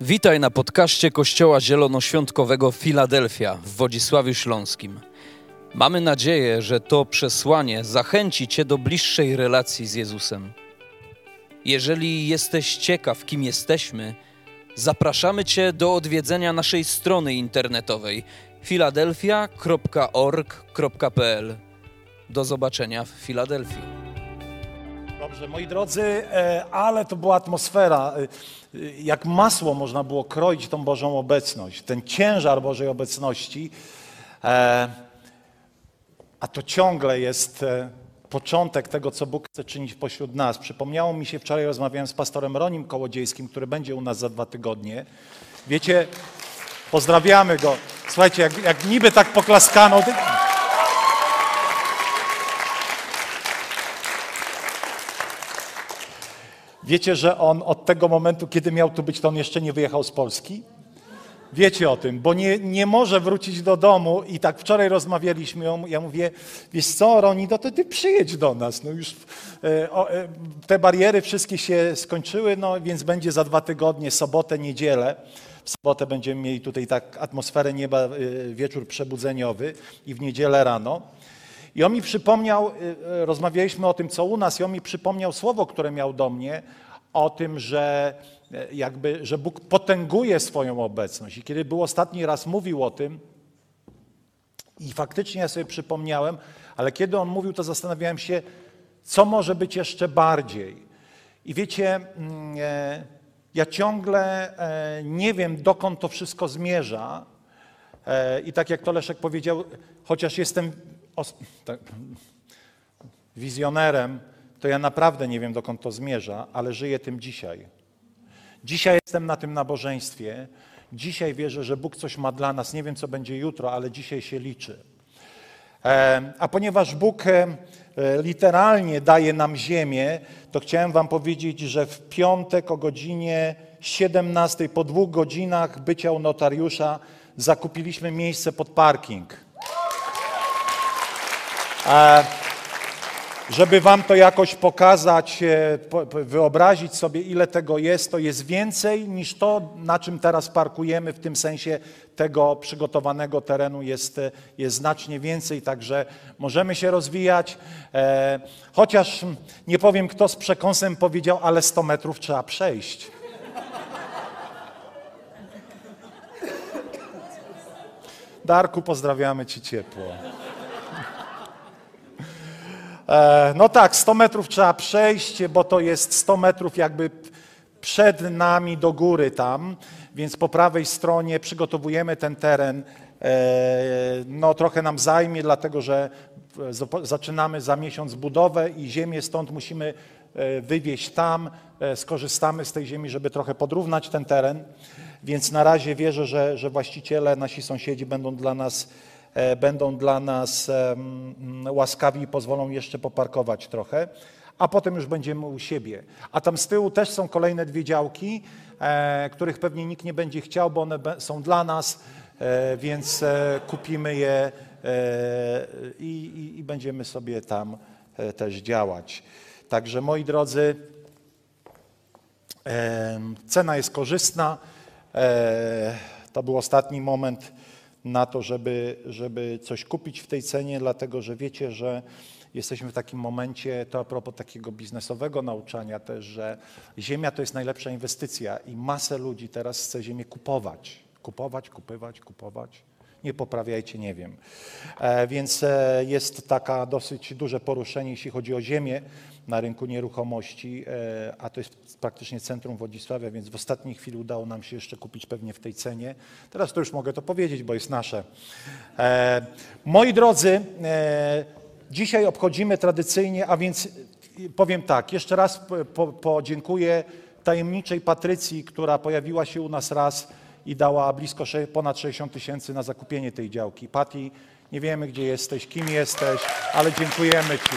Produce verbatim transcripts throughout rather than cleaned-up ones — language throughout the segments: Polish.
Witaj na podcaście Kościoła Zielonoświątkowego Filadelfia w Wodzisławiu Śląskim. Mamy nadzieję, że to przesłanie zachęci Cię do bliższej relacji z Jezusem. Jeżeli jesteś ciekaw, kim jesteśmy, zapraszamy Cię do odwiedzenia naszej strony internetowej filadelfia kropka org kropka p l. Do zobaczenia w Filadelfii. Dobrze, moi drodzy, ale to była atmosfera. Jak masło można było kroić tą Bożą obecność, ten ciężar Bożej obecności, a to ciągle jest początek tego, co Bóg chce czynić pośród nas. Przypomniało mi się, wczoraj rozmawiałem z pastorem Ronim Kołodziejskim, który będzie u nas za dwa tygodnie. Wiecie, pozdrawiamy go. Słuchajcie, jak, jak niby tak poklaskano... Wiecie, że on od tego momentu, kiedy miał tu być, to on jeszcze nie wyjechał z Polski? Wiecie o tym, bo nie, nie może wrócić do domu i tak wczoraj rozmawialiśmy, ja mówię, wiesz co, Roni, no to ty przyjedź do nas. No już e, o, e, te bariery wszystkie się skończyły, no więc będzie za dwa tygodnie, sobotę, niedzielę. W sobotę będziemy mieli tutaj tak atmosferę nieba, e, wieczór przebudzeniowy i w niedzielę rano. I on mi przypomniał, rozmawialiśmy o tym, co u nas, i on mi przypomniał słowo, które miał do mnie, o tym, że jakby, że Bóg potęguje swoją obecność. I kiedy był ostatni raz mówił o tym, i faktycznie ja sobie przypomniałem, ale kiedy on mówił, to zastanawiałem się, co może być jeszcze bardziej. I wiecie, ja ciągle nie wiem, dokąd to wszystko zmierza. I tak jak to Leszek powiedział, chociaż jestem Os- tak, wizjonerem, to ja naprawdę nie wiem, dokąd to zmierza, ale żyję tym dzisiaj. Dzisiaj jestem na tym nabożeństwie. Dzisiaj wierzę, że Bóg coś ma dla nas. Nie wiem, co będzie jutro, ale dzisiaj się liczy. E, a ponieważ Bóg e, literalnie daje nam ziemię, to chciałem wam powiedzieć, że w piątek o godzinie siedemnastej, po dwóch godzinach bycia u notariusza, zakupiliśmy miejsce pod parking. Żeby wam to jakoś pokazać, wyobrazić sobie, ile tego jest, to jest więcej niż to, na czym teraz parkujemy, w tym sensie tego przygotowanego terenu jest, jest znacznie więcej, także możemy się rozwijać, chociaż nie powiem, kto z przekąsem powiedział, ale sto metrów trzeba przejść. Darku, pozdrawiamy cię ciepło. No tak, sto metrów trzeba przejść, bo to jest sto metrów jakby przed nami do góry tam, więc po prawej stronie przygotowujemy ten teren. No trochę nam zajmie, dlatego że zaczynamy za miesiąc budowę i ziemię stąd musimy wywieźć tam. Skorzystamy z tej ziemi, żeby trochę podrównać ten teren, więc na razie wierzę, że, że właściciele, nasi sąsiedzi będą dla nas będą dla nas łaskawi i pozwolą jeszcze poparkować trochę, a potem już będziemy u siebie. A tam z tyłu też są kolejne dwie działki, których pewnie nikt nie będzie chciał, bo one są dla nas, więc kupimy je i, i, i będziemy sobie tam też działać. Także moi drodzy, cena jest korzystna. To był ostatni moment na to, żeby, żeby coś kupić w tej cenie, dlatego że wiecie, że jesteśmy w takim momencie, to a propos takiego biznesowego nauczania też, że ziemia to jest najlepsza inwestycja i masę ludzi teraz chce ziemię kupować. Kupować, kupywać, kupować. Nie poprawiajcie, nie wiem. E, więc e, jest taka dosyć duże poruszenie, jeśli chodzi o ziemię na rynku nieruchomości, e, a to jest praktycznie centrum Wodzisławia, więc w ostatniej chwili udało nam się jeszcze kupić pewnie w tej cenie. Teraz to już mogę to powiedzieć, bo jest nasze. E, moi drodzy, e, dzisiaj obchodzimy tradycyjnie, a więc powiem tak, jeszcze raz po, podziękuję tajemniczej Patrycji, która pojawiła się u nas raz i dała blisko ponad sześćdziesiąt tysięcy na zakupienie tej działki. Pati, nie wiemy, gdzie jesteś, kim jesteś, ale dziękujemy ci.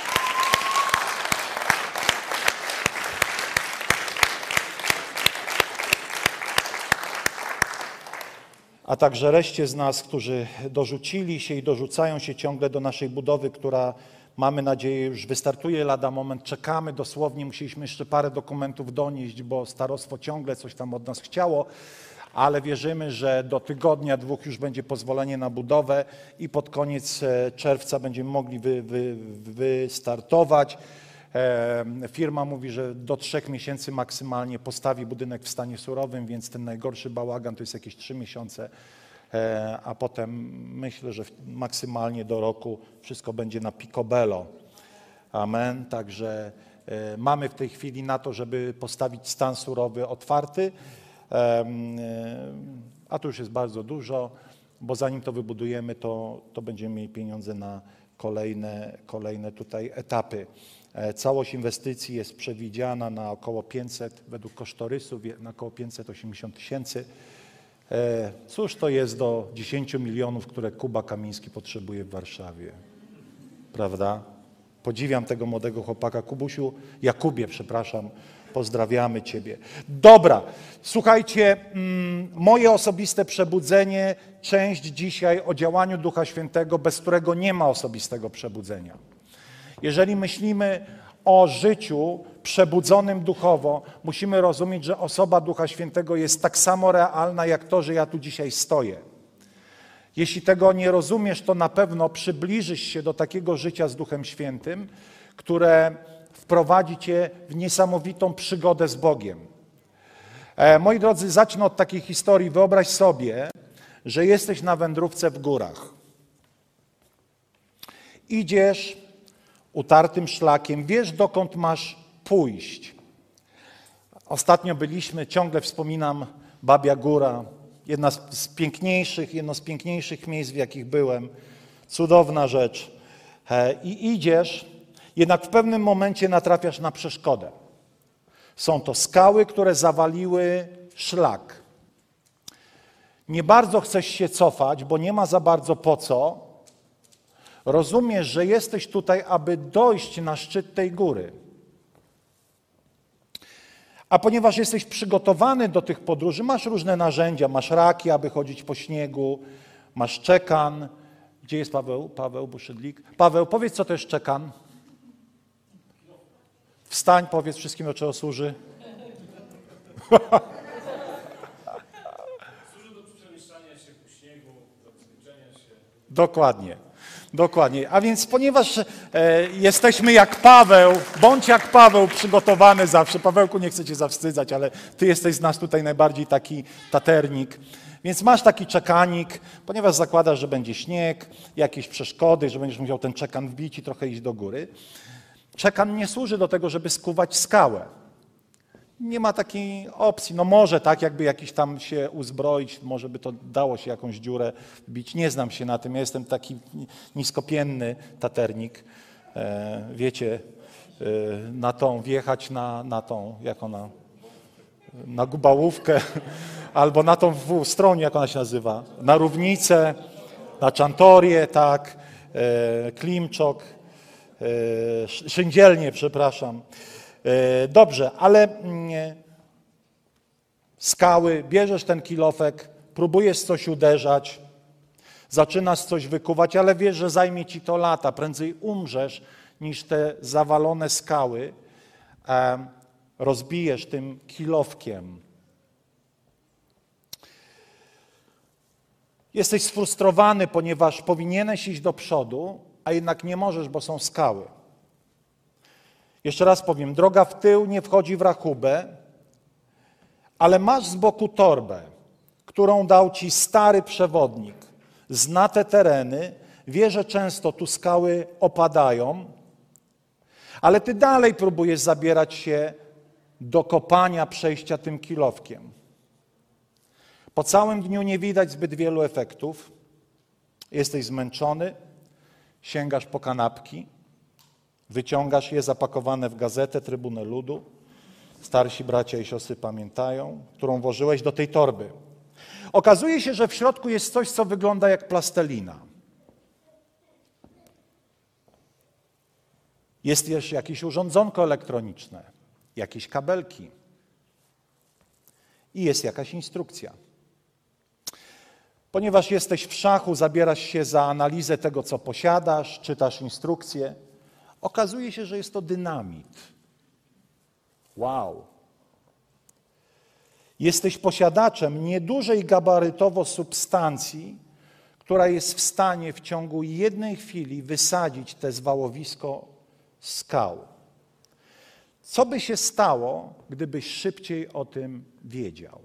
A także reszcie z nas, którzy dorzucili się i dorzucają się ciągle do naszej budowy, która Mamy nadzieję, już wystartuje lada moment, czekamy dosłownie, musieliśmy jeszcze parę dokumentów donieść, bo starostwo ciągle coś tam od nas chciało, ale wierzymy, że do tygodnia, dwóch już będzie pozwolenie na budowę i pod koniec czerwca będziemy mogli wy, wy, wystartować. Firma mówi, że do trzech miesięcy maksymalnie postawi budynek w stanie surowym, więc ten najgorszy bałagan to jest jakieś trzy miesiące, a potem myślę, że maksymalnie do roku wszystko będzie na picobello. Amen. Także mamy w tej chwili na to, żeby postawić stan surowy otwarty, a to już jest bardzo dużo, bo zanim to wybudujemy, to, to będziemy mieli pieniądze na kolejne, kolejne tutaj etapy. Całość inwestycji jest przewidziana na około pięćset, według kosztorysów na około pięćset osiemdziesiąt tysięcy. Cóż to jest do dziesięciu milionów, które Kuba Kamiński potrzebuje w Warszawie, prawda? Podziwiam tego młodego chłopaka. Kubusiu, Jakubie, przepraszam, pozdrawiamy Ciebie. Dobra, słuchajcie, mm, moje osobiste przebudzenie, część dzisiaj o działaniu Ducha Świętego, bez którego nie ma osobistego przebudzenia. Jeżeli myślimy o życiu przebudzonym duchowo, musimy rozumieć, że osoba Ducha Świętego jest tak samo realna, jak to, że ja tu dzisiaj stoję. Jeśli tego nie rozumiesz, to na pewno przybliżysz się do takiego życia z Duchem Świętym, które wprowadzi cię w niesamowitą przygodę z Bogiem. E, moi drodzy, zacznę od takiej historii. Wyobraź sobie, że jesteś na wędrówce w górach. Idziesz utartym szlakiem, wiesz, dokąd masz pójść. Ostatnio byliśmy, ciągle wspominam, Babia Góra, jedna z, z piękniejszych, jedno z piękniejszych miejsc, w jakich byłem. Cudowna rzecz. E, I idziesz, jednak w pewnym momencie natrafiasz na przeszkodę. Są to skały, które zawaliły szlak. Nie bardzo chcesz się cofać, bo nie ma za bardzo po co. Rozumiesz, że jesteś tutaj, aby dojść na szczyt tej góry. A ponieważ jesteś przygotowany do tych podróży, masz różne narzędzia, masz raki, aby chodzić po śniegu, masz czekan. Gdzie jest Paweł? Paweł Buszydlik. Paweł, powiedz, co to jest czekan? Wstań, powiedz wszystkim, do czego służy. Służy do przemieszczania się po śniegu, do bezpieczenia się. Dokładnie. Dokładnie. A więc ponieważ e, jesteśmy jak Paweł, bądź jak Paweł, przygotowany zawsze. Pawełku, nie chcę cię zawstydzać, ale ty jesteś z nas tutaj najbardziej taki taternik. Więc masz taki czekanik, ponieważ zakładasz, że będzie śnieg, jakieś przeszkody, że będziesz musiał ten czekan wbić i trochę iść do góry. Czekan nie służy do tego, żeby skuwać skałę. Nie ma takiej opcji. No może tak, jakby jakiś tam się uzbroić, może by to dało się jakąś dziurę wbić. Nie znam się na tym. Ja jestem taki niskopienny taternik. E, wiecie, e, na tą, wjechać na, na tą, jak ona, na Gubałówkę, albo na tą w stronie, jak ona się nazywa, na Równicę, na Czantorię, tak, e, Klimczok, e, Szyndzielnię, przepraszam. Dobrze, ale skały, bierzesz ten kilofek, próbujesz coś uderzać, zaczynasz coś wykuwać, ale wiesz, że zajmie ci to lata. Prędzej umrzesz, niż te zawalone skały e, rozbijesz tym kilofkiem. Jesteś sfrustrowany, ponieważ powinieneś iść do przodu, a jednak nie możesz, bo są skały. Jeszcze raz powiem, droga w tył nie wchodzi w rachubę, ale masz z boku torbę, którą dał ci stary przewodnik. Zna te tereny, wie, że często tu skały opadają, ale ty dalej próbujesz zabierać się do kopania przejścia tym kilofkiem. Po całym dniu nie widać zbyt wielu efektów. Jesteś zmęczony, sięgasz po kanapki, wyciągasz je zapakowane w gazetę Trybunę Ludu. Starsi bracia i siostry pamiętają, którą włożyłeś do tej torby. Okazuje się, że w środku jest coś, co wygląda jak plastelina. Jest też jakieś urządzonko elektroniczne, jakieś kabelki i jest jakaś instrukcja. Ponieważ jesteś w szachu, zabierasz się za analizę tego, co posiadasz, czytasz instrukcję, Okazuje się, że jest to dynamit. Wow. Jesteś posiadaczem niedużej gabarytowo substancji, która jest w stanie w ciągu jednej chwili wysadzić te zwałowisko skał. Co by się stało, gdybyś szybciej o tym wiedział?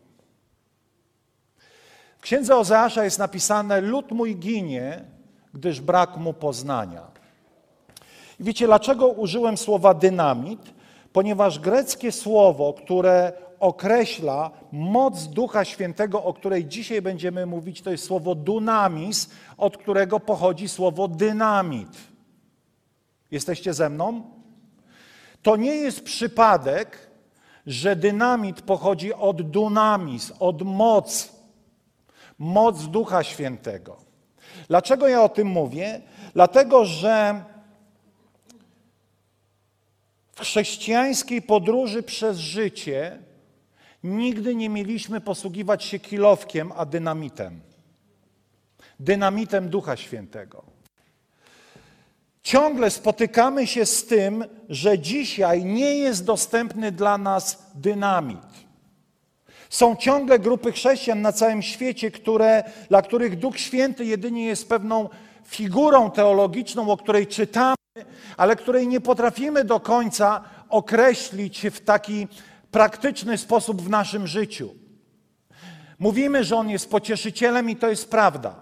W księdze Ozeasza jest napisane: lud mój ginie, gdyż brak mu poznania. I wiecie, dlaczego użyłem słowa dynamit? Ponieważ greckie słowo, które określa moc Ducha Świętego, o której dzisiaj będziemy mówić, to jest słowo dunamis, od którego pochodzi słowo dynamit. Jesteście ze mną? To nie jest przypadek, że dynamit pochodzi od dunamis, od mocy, moc Ducha Świętego. Dlaczego ja o tym mówię? Dlatego, że w chrześcijańskiej podróży przez życie nigdy nie mieliśmy posługiwać się kilowkiem, a dynamitem. Dynamitem Ducha Świętego. Ciągle spotykamy się z tym, że dzisiaj nie jest dostępny dla nas dynamit. Są ciągle grupy chrześcijan na całym świecie, które, dla których Duch Święty jedynie jest pewną figurą teologiczną, o której czytamy, ale której nie potrafimy do końca określić w taki praktyczny sposób w naszym życiu. Mówimy, że On jest pocieszycielem i to jest prawda.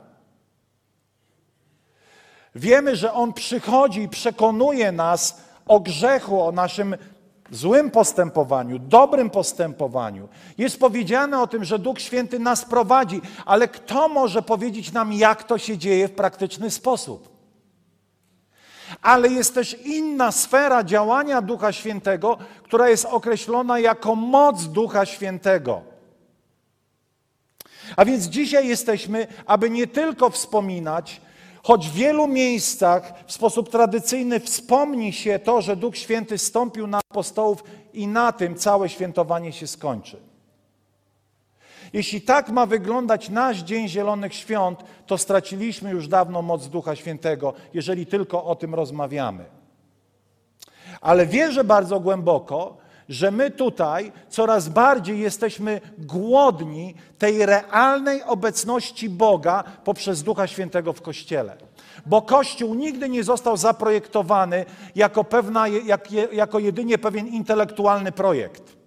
Wiemy, że On przychodzi i przekonuje nas o grzechu, o naszym złym postępowaniu, dobrym postępowaniu. Jest powiedziane o tym, że Duch Święty nas prowadzi, ale kto może powiedzieć nam, jak to się dzieje w praktyczny sposób? Ale jest też inna sfera działania Ducha Świętego, która jest określona jako moc Ducha Świętego. A więc dzisiaj jesteśmy, aby nie tylko wspominać, choć w wielu miejscach w sposób tradycyjny wspomni się to, że Duch Święty stąpił na apostołów i na tym całe świętowanie się skończy. Jeśli tak ma wyglądać nasz Dzień Zielonych Świąt, to straciliśmy już dawno moc Ducha Świętego, jeżeli tylko o tym rozmawiamy. Ale wierzę bardzo głęboko, że my tutaj coraz bardziej jesteśmy głodni tej realnej obecności Boga poprzez Ducha Świętego w Kościele. Bo Kościół nigdy nie został zaprojektowany jako, pewna, jak, jako jedynie pewien intelektualny projekt.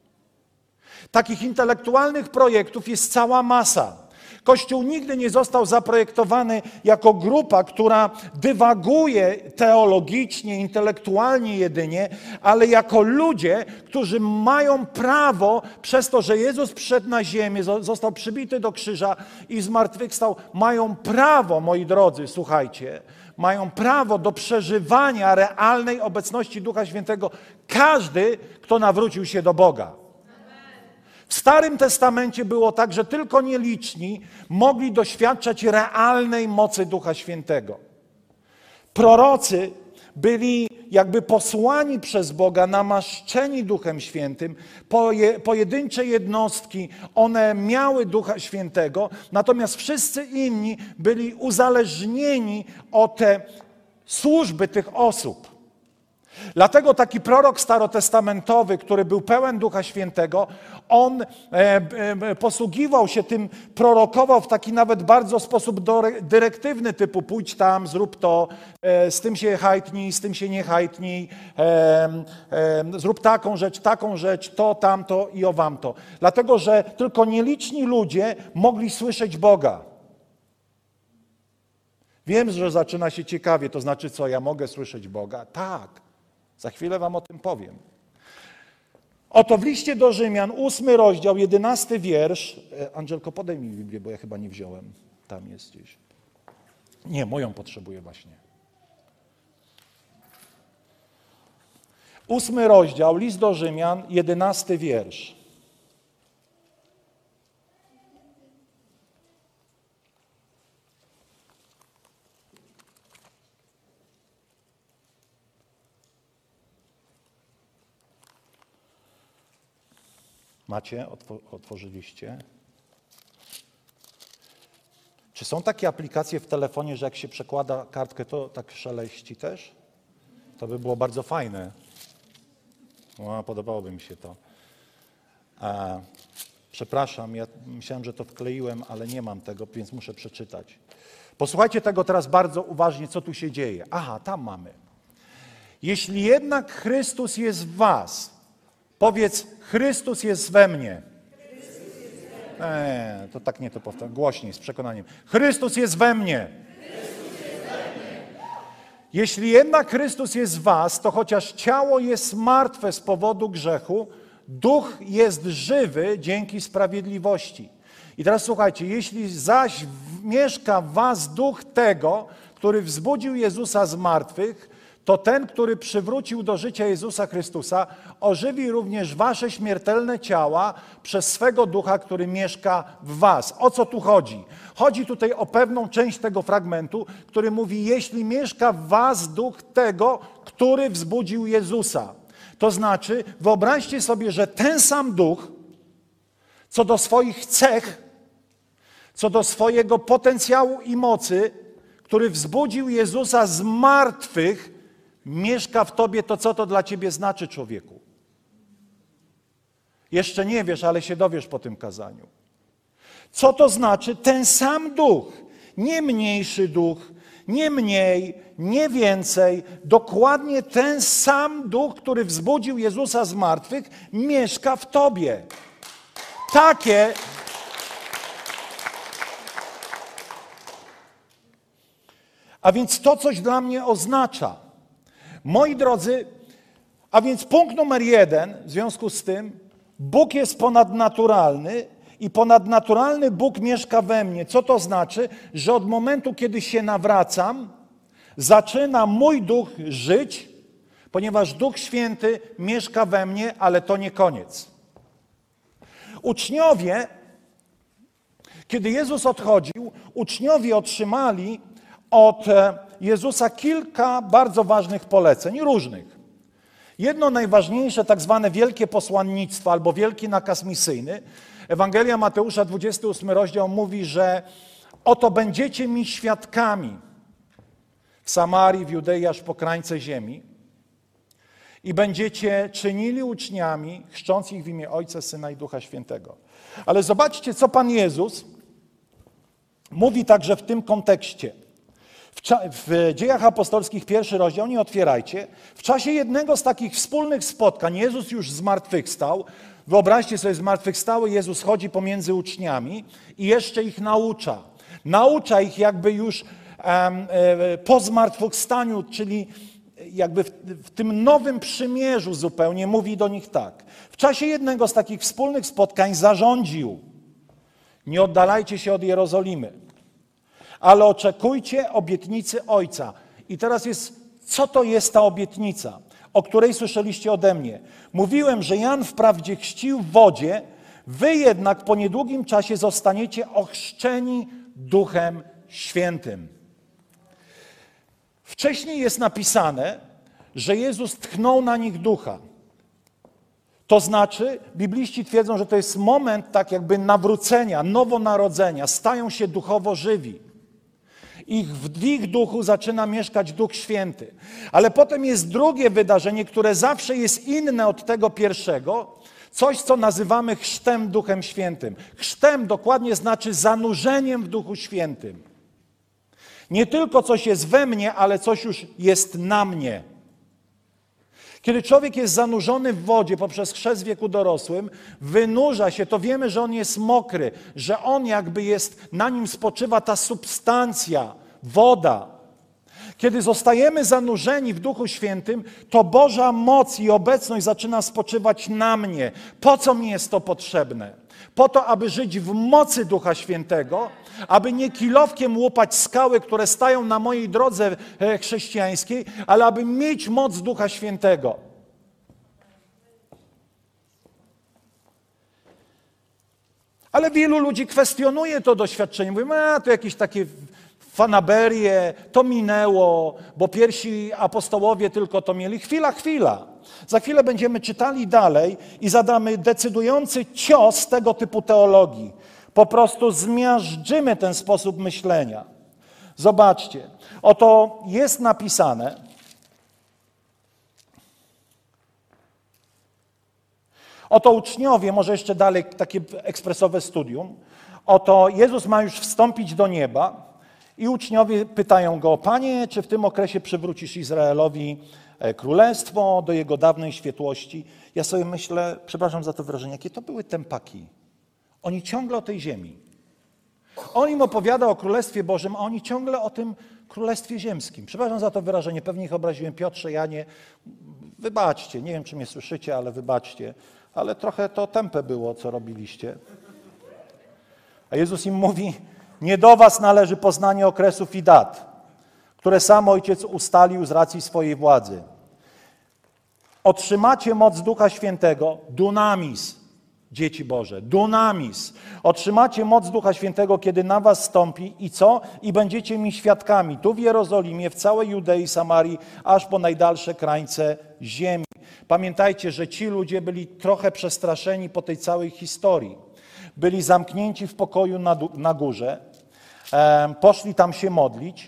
Takich intelektualnych projektów jest cała masa. Kościół nigdy nie został zaprojektowany jako grupa, która dywaguje teologicznie, intelektualnie jedynie, ale jako ludzie, którzy mają prawo, przez to, że Jezus przyszedł na ziemię, został przybity do krzyża i zmartwychwstał, mają prawo, moi drodzy, słuchajcie, mają prawo do przeżywania realnej obecności Ducha Świętego każdy, kto nawrócił się do Boga. W Starym Testamencie było tak, że tylko nieliczni mogli doświadczać realnej mocy Ducha Świętego. Prorocy byli jakby posłani przez Boga, namaszczeni Duchem Świętym. Poje, pojedyncze jednostki, one miały Ducha Świętego, natomiast wszyscy inni byli uzależnieni od te służby tych osób. Dlatego taki prorok starotestamentowy, który był pełen Ducha Świętego, on e, e, posługiwał się tym, prorokował w taki nawet bardzo sposób dyrektywny, typu pójdź tam, zrób to, e, z tym się hajtnij, z tym się nie hajtnij, e, e, zrób taką rzecz, taką rzecz, to, tamto i owamto. Dlatego, że tylko nieliczni ludzie mogli słyszeć Boga. Wiem, że zaczyna się ciekawie, to znaczy co, ja mogę słyszeć Boga? Tak. Za chwilę wam o tym powiem. Oto w liście do Rzymian, ósmy rozdział, jedenasty wiersz. Angelko, podaj mi Biblię, bo ja chyba nie wziąłem. Tam jest gdzieś. Nie, moją potrzebuję właśnie. Ósmy rozdział, list do Rzymian, jedenasty wiersz. Macie? Otworzyliście? Czy są takie aplikacje w telefonie, że jak się przekłada kartkę, to tak szeleści też? To by było bardzo fajne. O, podobałoby mi się to. A, przepraszam, ja myślałem, że to wkleiłem, ale nie mam tego, więc muszę przeczytać. Posłuchajcie tego teraz bardzo uważnie, co tu się dzieje. Aha, tam mamy. Jeśli jednak Chrystus jest w was, powiedz, Chrystus jest we mnie. Eee, to tak nie to powtarzam, głośniej, z przekonaniem. Chrystus jest we mnie. Jeśli jednak Chrystus jest w was, to chociaż ciało jest martwe z powodu grzechu, duch jest żywy dzięki sprawiedliwości. I teraz słuchajcie, jeśli zaś mieszka w was duch tego, który wzbudził Jezusa z martwych, to ten, który przywrócił do życia Jezusa Chrystusa, ożywi również wasze śmiertelne ciała przez swego ducha, który mieszka w was. O co tu chodzi? Chodzi tutaj o pewną część tego fragmentu, który mówi, jeśli mieszka w was duch tego, który wzbudził Jezusa. To znaczy, wyobraźcie sobie, że ten sam duch, co do swoich cech, co do swojego potencjału i mocy, który wzbudził Jezusa z martwych, mieszka w tobie. To co to dla ciebie znaczy, człowieku? Jeszcze nie wiesz, ale się dowiesz po tym kazaniu. Co to znaczy? Ten sam duch, nie mniejszy duch, nie mniej, nie więcej, dokładnie ten sam duch, który wzbudził Jezusa z martwych, mieszka w tobie. Takie... A więc to coś dla mnie oznacza. Moi drodzy, a więc punkt numer jeden w związku z tym, Bóg jest ponadnaturalny i ponadnaturalny Bóg mieszka we mnie. Co to znaczy? Że od momentu, kiedy się nawracam, zaczyna mój duch żyć, ponieważ Duch Święty mieszka we mnie, ale to nie koniec. Uczniowie, kiedy Jezus odchodził, uczniowie otrzymali od Jezusa kilka bardzo ważnych poleceń, różnych. Jedno najważniejsze, tak zwane wielkie posłannictwo albo wielki nakaz misyjny. Ewangelia Mateusza, dwudziesty ósmy rozdział mówi, że oto będziecie mi świadkami w Samarii, w Judei, aż po krańce ziemi i będziecie czynili uczniami, chrzcząc ich w imię Ojca, Syna i Ducha Świętego. Ale zobaczcie, co Pan Jezus mówi także w tym kontekście. W Dziejach Apostolskich, pierwszy rozdział, nie otwierajcie, w czasie jednego z takich wspólnych spotkań, Jezus już zmartwychwstał, wyobraźcie sobie, zmartwychwstały Jezus chodzi pomiędzy uczniami i jeszcze ich naucza. Naucza ich jakby już um, e, po zmartwychwstaniu, czyli jakby w, w tym nowym przymierzu zupełnie, mówi do nich tak. W czasie jednego z takich wspólnych spotkań zarządził, nie oddalajcie się od Jerozolimy, ale oczekujcie obietnicy Ojca. I teraz jest, co to jest ta obietnica, o której słyszeliście ode mnie? Mówiłem, że Jan wprawdzie chrzcił w wodzie, wy jednak po niedługim czasie zostaniecie ochrzczeni Duchem Świętym. Wcześniej jest napisane, że Jezus tchnął na nich ducha. To znaczy, bibliści twierdzą, że to jest moment tak jakby nawrócenia, nowonarodzenia, stają się duchowo żywi. Ich, w ich duchu zaczyna mieszkać Duch Święty. Ale potem jest drugie wydarzenie, które zawsze jest inne od tego pierwszego, coś, co nazywamy chrztem Duchem Świętym. Chrztem dokładnie znaczy zanurzeniem w Duchu Świętym. Nie tylko coś jest we mnie, ale coś już jest na mnie. Kiedy człowiek jest zanurzony w wodzie poprzez chrzest w wieku dorosłym, wynurza się, to wiemy, że on jest mokry, że on jakby jest, na nim spoczywa ta substancja, woda. Kiedy zostajemy zanurzeni w Duchu Świętym, to Boża moc i obecność zaczyna spoczywać na mnie. Po co mi jest to potrzebne? Po to, aby żyć w mocy Ducha Świętego, aby nie kilowkiem łupać skały, które stają na mojej drodze chrześcijańskiej, ale aby mieć moc Ducha Świętego. Ale wielu ludzi kwestionuje to doświadczenie. Mówią, a to jakieś takie fanaberie, to minęło, bo pierwsi apostołowie tylko to mieli. Chwila, chwila. Za chwilę będziemy czytali dalej i zadamy decydujący cios tego typu teologii. Po prostu zmiażdżymy ten sposób myślenia. Zobaczcie, oto jest napisane Oto uczniowie, może jeszcze dalej takie ekspresowe studium, oto Jezus ma już wstąpić do nieba i uczniowie pytają Go: Panie, czy w tym okresie przywrócisz Izraelowi królestwo do jego dawnej świetłości? Ja sobie myślę, przepraszam za to wyrażenie, jakie to były tempaki. Oni ciągle o tej ziemi. On im opowiada o Królestwie Bożym, a oni ciągle o tym Królestwie Ziemskim. Przepraszam za to wyrażenie, pewnie ich obraziłem. Piotrze, Janie, wybaczcie, nie wiem, czy mnie słyszycie, ale wybaczcie. Ale trochę to tępe było, co robiliście. A Jezus im mówi: nie do was należy poznanie okresów i dat, które sam Ojciec ustalił z racji swojej władzy. Otrzymacie moc Ducha Świętego, dunamis, dzieci Boże, dunamis. Otrzymacie moc Ducha Świętego, kiedy na was stąpi i co? I będziecie mi świadkami, tu w Jerozolimie, w całej Judei, Samarii, aż po najdalsze krańce ziemi. Pamiętajcie, że ci ludzie byli trochę przestraszeni po tej całej historii. Byli zamknięci w pokoju na, na górze, e, poszli tam się modlić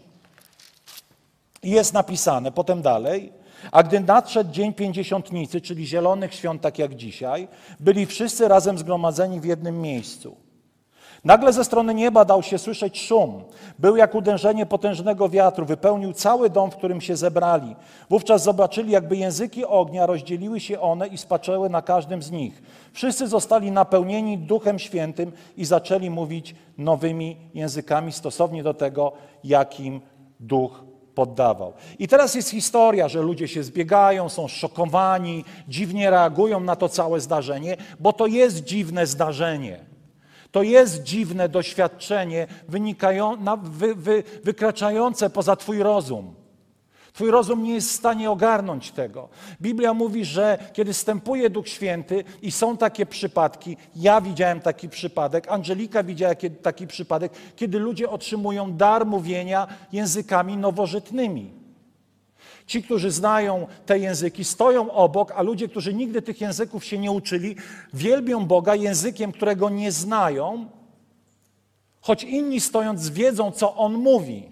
i jest napisane potem dalej: a gdy nadszedł dzień pięćdziesiątnicy, czyli zielonych świąt, tak jak dzisiaj, byli wszyscy razem zgromadzeni w jednym miejscu. Nagle ze strony nieba dał się słyszeć szum. Był jak uderzenie potężnego wiatru, wypełnił cały dom, w którym się zebrali. Wówczas zobaczyli, jakby języki ognia, rozdzieliły się one i spaczęły na każdym z nich. Wszyscy zostali napełnieni Duchem Świętym i zaczęli mówić nowymi językami, stosownie do tego, jakim Duch poddawał. I teraz jest historia, że ludzie się zbiegają, są szokowani, dziwnie reagują na to całe zdarzenie, bo to jest dziwne zdarzenie. To jest dziwne doświadczenie wynikają, na, wy, wy, wykraczające poza twój rozum. Twój rozum nie jest w stanie ogarnąć tego. Biblia mówi, że kiedy wstępuje Duch Święty i są takie przypadki, ja widziałem taki przypadek, Angelika widziała taki przypadek, kiedy ludzie otrzymują dar mówienia językami nowożytnymi. Ci, którzy znają te języki, stoją obok, a ludzie, którzy nigdy tych języków się nie uczyli, wielbią Boga językiem, którego nie znają, choć inni stojąc wiedzą, co On mówi.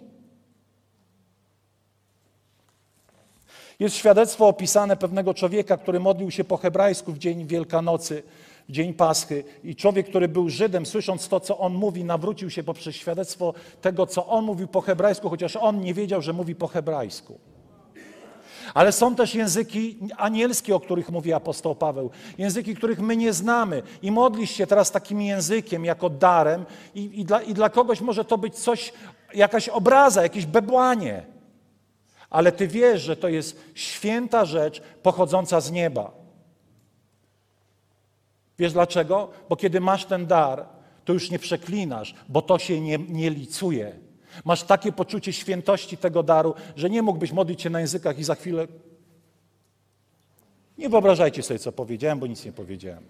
Jest świadectwo opisane pewnego człowieka, który modlił się po hebrajsku w dzień Wielkanocy, w dzień Paschy. I człowiek, który był Żydem, słysząc to, co on mówi, nawrócił się poprzez świadectwo tego, co on mówił po hebrajsku, chociaż on nie wiedział, że mówi po hebrajsku. Ale są też języki anielskie, o których mówi apostoł Paweł. Języki, których my nie znamy. I modlisz się teraz takim językiem, jako darem. I, i, dla, i dla kogoś może to być coś, jakaś obraza, jakieś bebłanie. Ale ty wiesz, że to jest święta rzecz pochodząca z nieba. Wiesz dlaczego? Bo kiedy masz ten dar, to już nie przeklinasz, bo to się nie, nie licuje. Masz takie poczucie świętości tego daru, że nie mógłbyś modlić się na językach i za chwilę... Nie wyobrażajcie sobie, co powiedziałem, bo nic nie powiedziałem.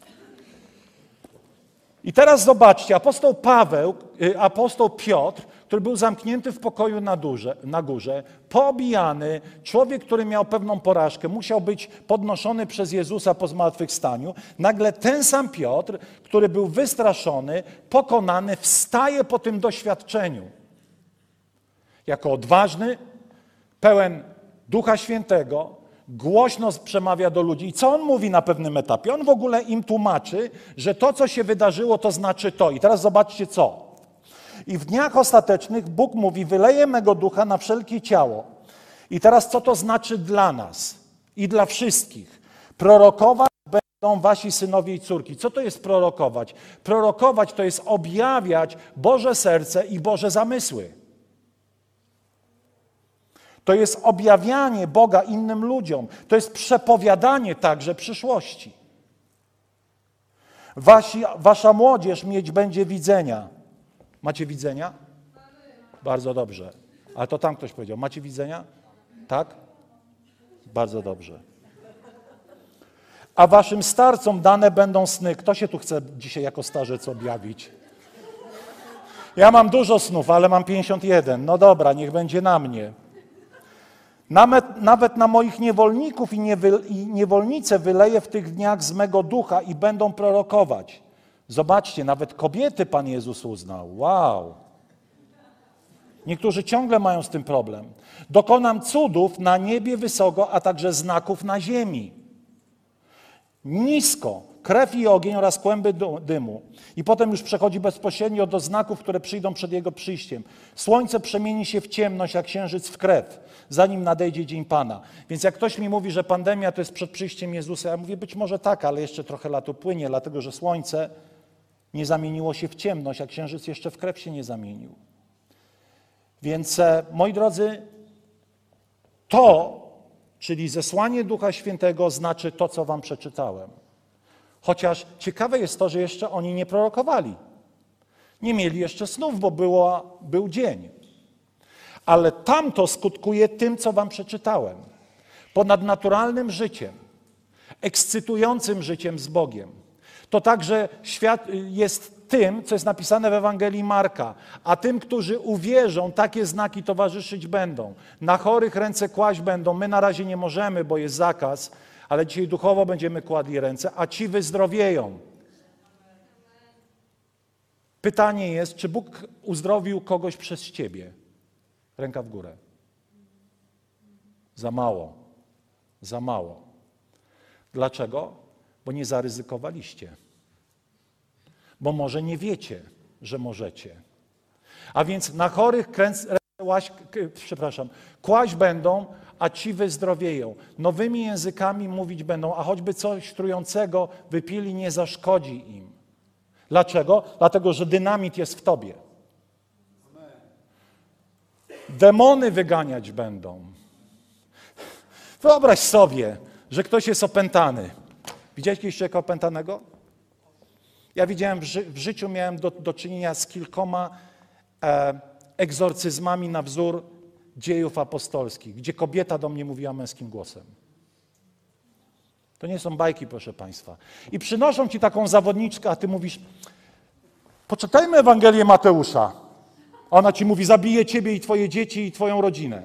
I teraz zobaczcie, apostoł Paweł, apostoł Piotr, który był zamknięty w pokoju na, durze, na górze, poobijany, człowiek, który miał pewną porażkę, musiał być podnoszony przez Jezusa po zmartwychwstaniu. Nagle ten sam Piotr, który był wystraszony, pokonany, wstaje po tym doświadczeniu. Jako odważny, pełen Ducha Świętego, głośno przemawia do ludzi. I co on mówi na pewnym etapie? On w ogóle im tłumaczy, że to, co się wydarzyło, to znaczy to. I teraz zobaczcie co. I w dniach ostatecznych Bóg mówi: wyleję mego ducha na wszelkie ciało. I teraz co to znaczy dla nas i dla wszystkich? Prorokować będą wasi synowie i córki. Co to jest prorokować? Prorokować to jest objawiać Boże serce i Boże zamysły. To jest objawianie Boga innym ludziom. To jest przepowiadanie także przyszłości. Wasi, wasza młodzież mieć będzie widzenia. Macie widzenia? Bardzo dobrze. Ale to tam ktoś powiedział. Macie widzenia? Tak? Bardzo dobrze. A waszym starcom dane będą sny. Kto się tu chce dzisiaj jako starzec objawić? Ja mam dużo snów, ale mam pięćdziesiąt jeden. No dobra, niech będzie na mnie. Nawet, nawet na moich niewolników i, niewy, i niewolnice wyleję w tych dniach z mego ducha i będą prorokować. Zobaczcie, nawet kobiety Pan Jezus uznał. Wow! Niektórzy ciągle mają z tym problem. Dokonam cudów na niebie wysoko, a także znaków na ziemi. Nisko. krew i ogień oraz kłęby dymu. I potem już przechodzi bezpośrednio do znaków, które przyjdą przed Jego przyjściem. Słońce przemieni się w ciemność, a księżyc w krew, zanim nadejdzie dzień Pana. Więc jak ktoś mi mówi, że pandemia to jest przed przyjściem Jezusa, ja mówię, być może tak, ale jeszcze trochę lat upłynie, dlatego że słońce nie zamieniło się w ciemność, a księżyc jeszcze w krew się nie zamienił. Więc, moi drodzy, to, czyli zesłanie Ducha Świętego, znaczy to, co wam przeczytałem. Chociaż ciekawe jest to, że jeszcze oni nie prorokowali. Nie mieli jeszcze snów, bo było, był dzień. Ale tamto skutkuje tym, co wam przeczytałem. Ponadnaturalnym życiem, ekscytującym życiem z Bogiem. To także świat jest tym, co jest napisane w Ewangelii Marka. A tym, którzy uwierzą, takie znaki towarzyszyć będą. Na chorych ręce kłaść będą. My na razie nie możemy, bo jest zakaz, ale dzisiaj duchowo będziemy kładli ręce, a ci wyzdrowieją. Pytanie jest, czy Bóg uzdrowił kogoś przez ciebie? Ręka w górę. Za mało. Za mało. Dlaczego? Bo nie zaryzykowaliście. Bo może nie wiecie, że możecie. A więc na chorych kręc, łaś, przepraszam, kłaść będą, a ci wyzdrowieją. Nowymi językami mówić będą, a choćby coś trującego wypili, nie zaszkodzi im. Dlaczego? Dlatego, że dynamit jest w tobie. Demony wyganiać będą. Wyobraź sobie, że ktoś jest opętany. Widziałeś kiedyś człowieka opętanego? Ja widziałem, w, ży w życiu miałem do, do czynienia z kilkoma e, egzorcyzmami na wzór Dziejów Apostolskich, gdzie kobieta do mnie mówiła męskim głosem. To nie są bajki, proszę Państwa. I przynoszą ci taką zawodniczkę, a ty mówisz, poczytajmy Ewangelię Mateusza. A ona ci mówi, zabiję ciebie i twoje dzieci i twoją rodzinę.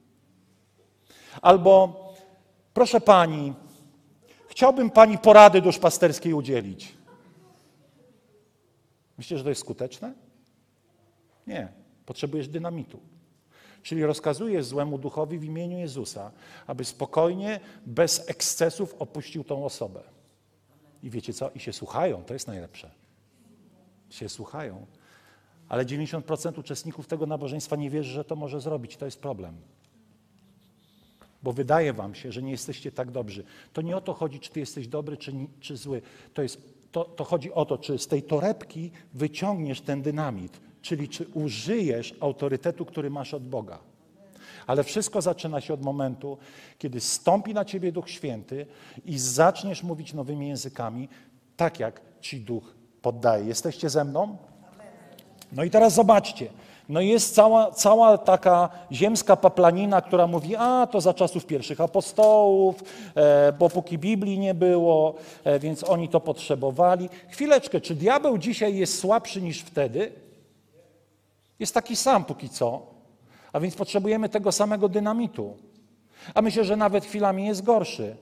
Albo, proszę pani, chciałbym pani porady duszpasterskiej udzielić. Myślicie, że to jest skuteczne? Nie. Potrzebujesz dynamitu. Czyli rozkazujesz złemu duchowi w imieniu Jezusa, aby spokojnie, bez ekscesów opuścił tą osobę. I wiecie co? I się słuchają. To jest najlepsze. Się słuchają. Ale dziewięćdziesiąt procent uczestników tego nabożeństwa nie wierzy, że to może zrobić. To jest problem. Bo wydaje wam się, że nie jesteście tak dobrzy. To nie o to chodzi, czy ty jesteś dobry, czy, czy zły. To, jest, to, to chodzi o to, czy z tej torebki wyciągniesz ten dynamit. Czyli czy użyjesz autorytetu, który masz od Boga. Ale wszystko zaczyna się od momentu, kiedy stąpi na ciebie Duch Święty i zaczniesz mówić nowymi językami, tak jak ci Duch poddaje. Jesteście ze mną? No i teraz zobaczcie. No jest cała, cała taka ziemska paplanina, która mówi, a to za czasów pierwszych apostołów, e, bo póki Biblii nie było, e, więc oni to potrzebowali. Chwileczkę, czy diabeł dzisiaj jest słabszy niż wtedy? Jest taki sam póki co, a więc potrzebujemy tego samego dynamitu. A myślę, że nawet chwilami jest gorszy.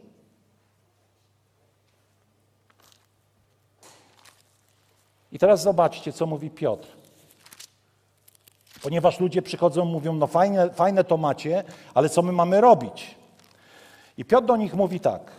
I teraz zobaczcie, co mówi Piotr. Ponieważ ludzie przychodzą i mówią, no fajne, fajne to macie, ale co my mamy robić? I Piotr do nich mówi tak.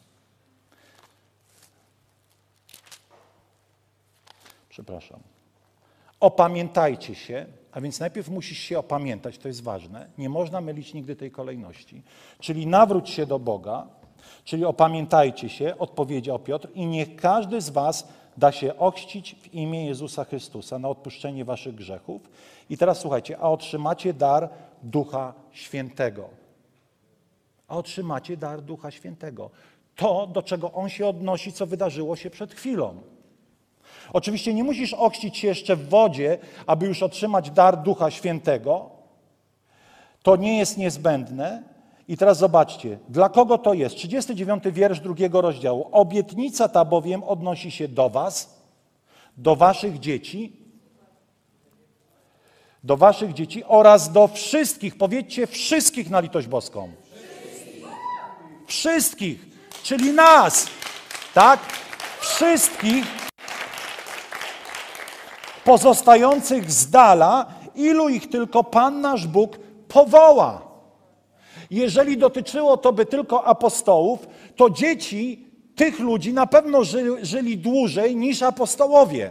Przepraszam. Opamiętajcie się, a więc najpierw musisz się opamiętać, to jest ważne. Nie można mylić nigdy tej kolejności. Czyli nawróć się do Boga, czyli opamiętajcie się, odpowiedział Piotr, i niech każdy z was da się ochrzcić w imię Jezusa Chrystusa na odpuszczenie waszych grzechów. I teraz słuchajcie, a otrzymacie dar Ducha Świętego. A otrzymacie dar Ducha Świętego. To, do czego on się odnosi, co wydarzyło się przed chwilą. Oczywiście nie musisz ochrzcić się jeszcze w wodzie, aby już otrzymać dar Ducha Świętego. To nie jest niezbędne. I teraz zobaczcie, dla kogo to jest? trzydziesty dziewiąty wiersz drugiego rozdziału. Obietnica ta bowiem odnosi się do was, do waszych dzieci, do waszych dzieci oraz do wszystkich. Powiedzcie wszystkich na litość boską. Wszystkich. Wszystkich, czyli nas. Tak? Wszystkich pozostających z dala, ilu ich tylko Pan nasz Bóg powoła. Jeżeli dotyczyło to by tylko apostołów, to dzieci tych ludzi na pewno żyli, żyli dłużej niż apostołowie.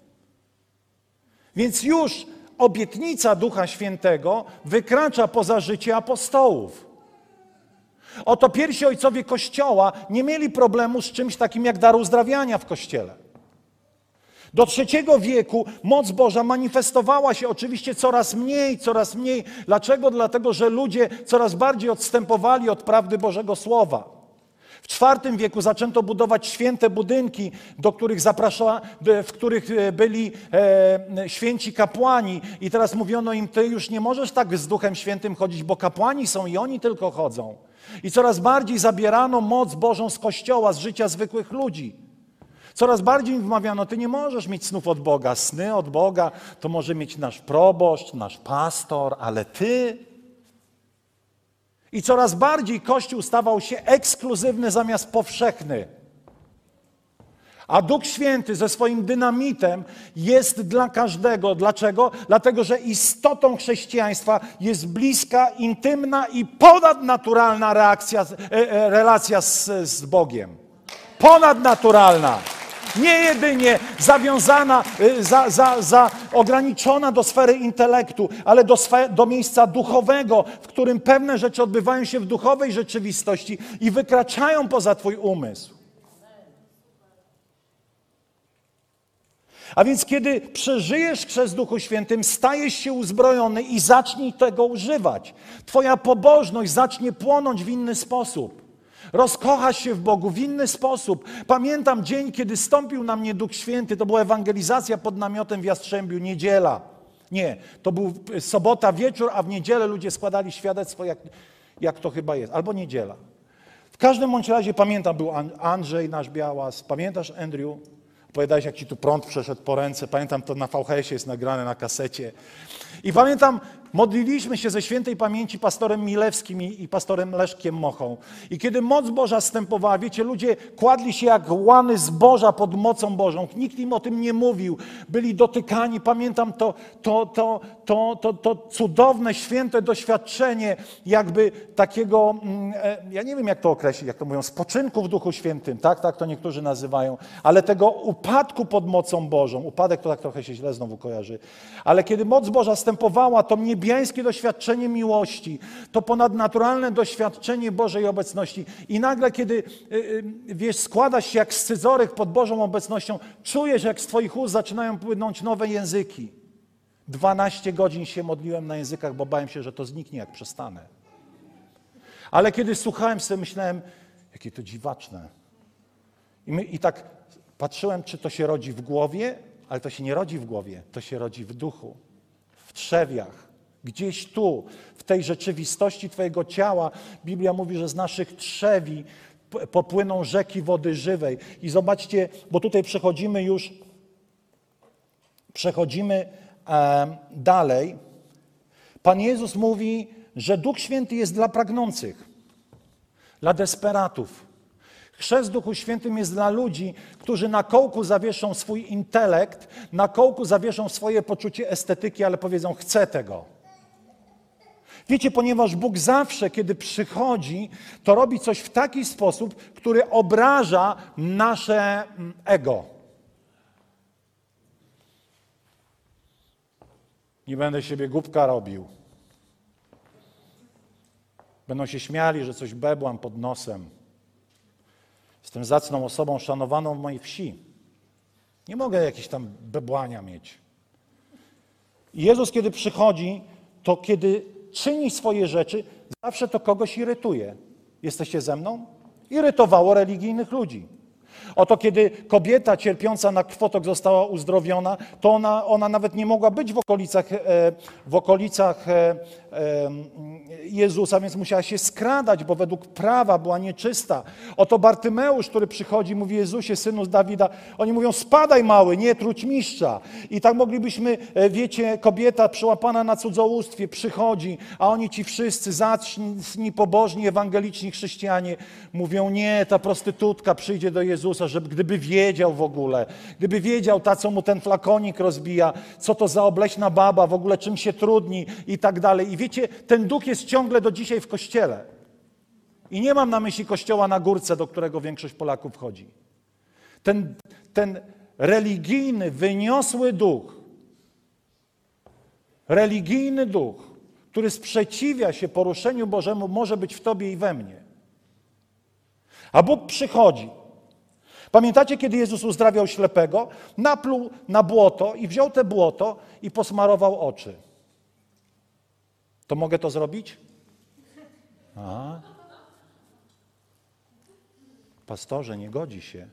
Więc już obietnica Ducha Świętego wykracza poza życie apostołów. Oto pierwsi ojcowie Kościoła nie mieli problemu z czymś takim jak dar uzdrawiania w Kościele. Do trzeciego wieku moc Boża manifestowała się oczywiście coraz mniej, coraz mniej. Dlaczego? Dlatego, że ludzie coraz bardziej odstępowali od prawdy Bożego Słowa. W czwartym wieku zaczęto budować święte budynki, do których zaprasza, w których byli e, święci kapłani. I teraz mówiono im, ty już nie możesz tak z Duchem Świętym chodzić, bo kapłani są i oni tylko chodzą. I coraz bardziej zabierano moc Bożą z Kościoła, z życia zwykłych ludzi. Coraz bardziej im wmawiano, ty nie możesz mieć snów od Boga. Sny od Boga to może mieć nasz proboszcz, nasz pastor, ale ty... I coraz bardziej Kościół stawał się ekskluzywny zamiast powszechny. A Duch Święty ze swoim dynamitem jest dla każdego. Dlaczego? Dlatego, że istotą chrześcijaństwa jest bliska, intymna i ponadnaturalna reakcja, e, e, relacja z, z Bogiem. Ponadnaturalna. Nie jedynie zawiązana, za, za, za ograniczona do sfery intelektu, ale do, sfer, do miejsca duchowego, w którym pewne rzeczy odbywają się w duchowej rzeczywistości i wykraczają poza twój umysł. A więc kiedy przeżyjesz chrzest w Duchu Świętym, stajesz się uzbrojony i zacznij tego używać. Twoja pobożność zacznie płonąć w inny sposób. Rozkochasz się w Bogu w inny sposób. Pamiętam dzień, kiedy stąpił na mnie Duch Święty. To była ewangelizacja pod namiotem w Jastrzębiu, niedziela. Nie, to był sobota wieczór, a w niedzielę ludzie składali świadectwo, jak, jak to chyba jest. Albo niedziela. W każdym bądź razie pamiętam, był Andrzej nasz Białas. Pamiętasz, Andrew? Opowiadałeś, jak ci tu prąd przeszedł po ręce. Pamiętam, to na V H S-ie jest nagrane, na kasecie. I pamiętam, modliliśmy się ze świętej pamięci pastorem Milewskim i, i pastorem Leszkiem Mochą. I kiedy moc Boża zstępowała, wiecie, ludzie kładli się jak łany zboża pod mocą Bożą. Nikt im o tym nie mówił. Byli dotykani. Pamiętam to, to, to, to, to, to cudowne, święte doświadczenie jakby takiego, ja nie wiem jak to określić, jak to mówią, spoczynku w Duchu Świętym. Tak, tak to niektórzy nazywają. Ale tego upadku pod mocą Bożą. Upadek to tak trochę się źle znowu kojarzy. Ale kiedy moc Boża zstępowała, to niebiańskie doświadczenie miłości, to ponadnaturalne doświadczenie Bożej obecności. I nagle, kiedy wiesz, składasz się jak scyzoryk pod Bożą obecnością, czujesz, jak z twoich ust zaczynają płynąć nowe języki. dwanaście godzin się modliłem na językach, bo bałem się, że to zniknie, jak przestanę. Ale kiedy słuchałem sobie, myślałem, jakie to dziwaczne. I, my, I tak patrzyłem, czy to się rodzi w głowie, ale to się nie rodzi w głowie, to się rodzi w duchu, w trzewiach. Gdzieś tu, w tej rzeczywistości twojego ciała, Biblia mówi, że z naszych trzewi popłyną rzeki wody żywej. I zobaczcie, bo tutaj przechodzimy już, przechodzimy e, dalej. Pan Jezus mówi, że Duch Święty jest dla pragnących, dla desperatów. Chrzest w Duchu Świętym jest dla ludzi, którzy na kołku zawieszą swój intelekt, na kołku zawieszą swoje poczucie estetyki, ale powiedzą, chcę tego. Wiecie, ponieważ Bóg zawsze, kiedy przychodzi, to robi coś w taki sposób, który obraża nasze ego. Nie będę siebie głupka robił. Będą się śmiali, że coś bebłam pod nosem. Jestem zacną osobą szanowaną w mojej wsi. Nie mogę jakichś tam bebłania mieć. I Jezus, kiedy przychodzi, to kiedy czyni swoje rzeczy, zawsze to kogoś irytuje. Jesteście ze mną? Irytowało religijnych ludzi. Oto kiedy kobieta cierpiąca na krwotok została uzdrowiona, to ona, ona nawet nie mogła być w okolicach, w okolicach Jezusa, więc musiała się skradać, bo według prawa była nieczysta. Oto Bartymeusz, który przychodzi, mówi, Jezusie, synu z Dawida, oni mówią, spadaj mały, nie truć mistrza. I tak moglibyśmy, wiecie, kobieta przyłapana na cudzołóstwie przychodzi, a oni ci wszyscy zacni, pobożni, ewangeliczni chrześcijanie mówią, nie, ta prostytutka przyjdzie do Jezusa, żeby gdyby wiedział w ogóle, gdyby wiedział ta, co mu ten flakonik rozbija, co to za obleśna baba, w ogóle czym się trudni i tak dalej. I wiecie, ten duch jest ciągle do dzisiaj w Kościele. I nie mam na myśli kościoła na górce, do którego większość Polaków chodzi. Ten, ten religijny, wyniosły duch, religijny duch, który sprzeciwia się poruszeniu Bożemu, może być w tobie i we mnie. A Bóg przychodzi. Pamiętacie, kiedy Jezus uzdrawiał ślepego? Napluł na błoto i wziął te błoto i posmarował oczy. To mogę to zrobić? A? Pastorze, nie godzi się.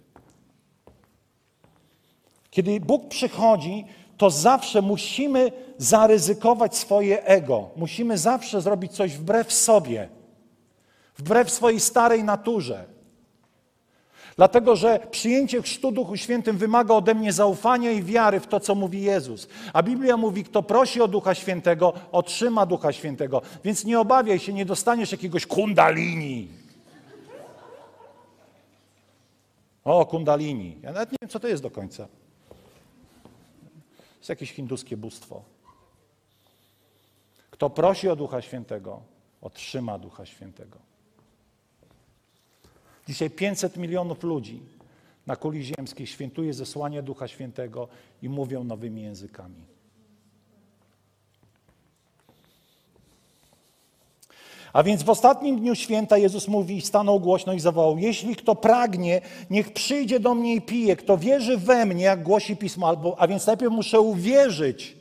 Kiedy Bóg przychodzi, to zawsze musimy zaryzykować swoje ego. Musimy zawsze zrobić coś wbrew sobie, wbrew swojej starej naturze. Dlatego, że przyjęcie chrztu Duchu Świętym wymaga ode mnie zaufania i wiary w to, co mówi Jezus. A Biblia mówi, kto prosi o Ducha Świętego, otrzyma Ducha Świętego. Więc nie obawiaj się, nie dostaniesz jakiegoś kundalini. O, kundalini. Ja nawet nie wiem, co to jest do końca. To jest jakieś hinduskie bóstwo. Kto prosi o Ducha Świętego, otrzyma Ducha Świętego. Dzisiaj pięćset milionów ludzi na kuli ziemskiej świętuje zesłanie Ducha Świętego i mówią nowymi językami. A więc w ostatnim dniu święta Jezus mówi, stanął głośno i zawołał: jeśli kto pragnie, niech przyjdzie do mnie i pije. Kto wierzy we mnie, jak głosi Pismo, albo, a więc najpierw muszę uwierzyć.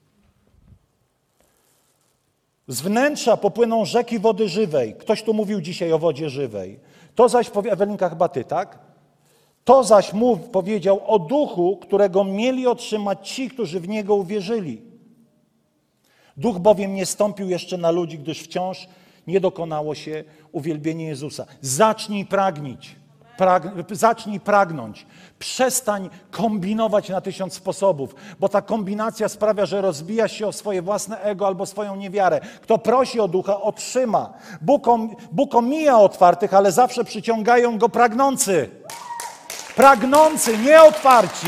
Z wnętrza popłyną rzeki wody żywej. Ktoś tu mówił dzisiaj o wodzie żywej. To zaś, powie, Ewelinka, chyba ty, tak? To zaś mów, powiedział o duchu, którego mieli otrzymać ci, którzy w niego uwierzyli. Duch bowiem nie stąpił jeszcze na ludzi, gdyż wciąż nie dokonało się uwielbienie Jezusa. Zacznij pragnić. Prag, zacznij pragnąć. Przestań kombinować na tysiąc sposobów, bo ta kombinacja sprawia, że rozbijasz się o swoje własne ego albo swoją niewiarę. Kto prosi o ducha, otrzyma. Bóg, om, Bóg omija otwartych, ale zawsze przyciągają go pragnący. Pragnący, nie otwarci.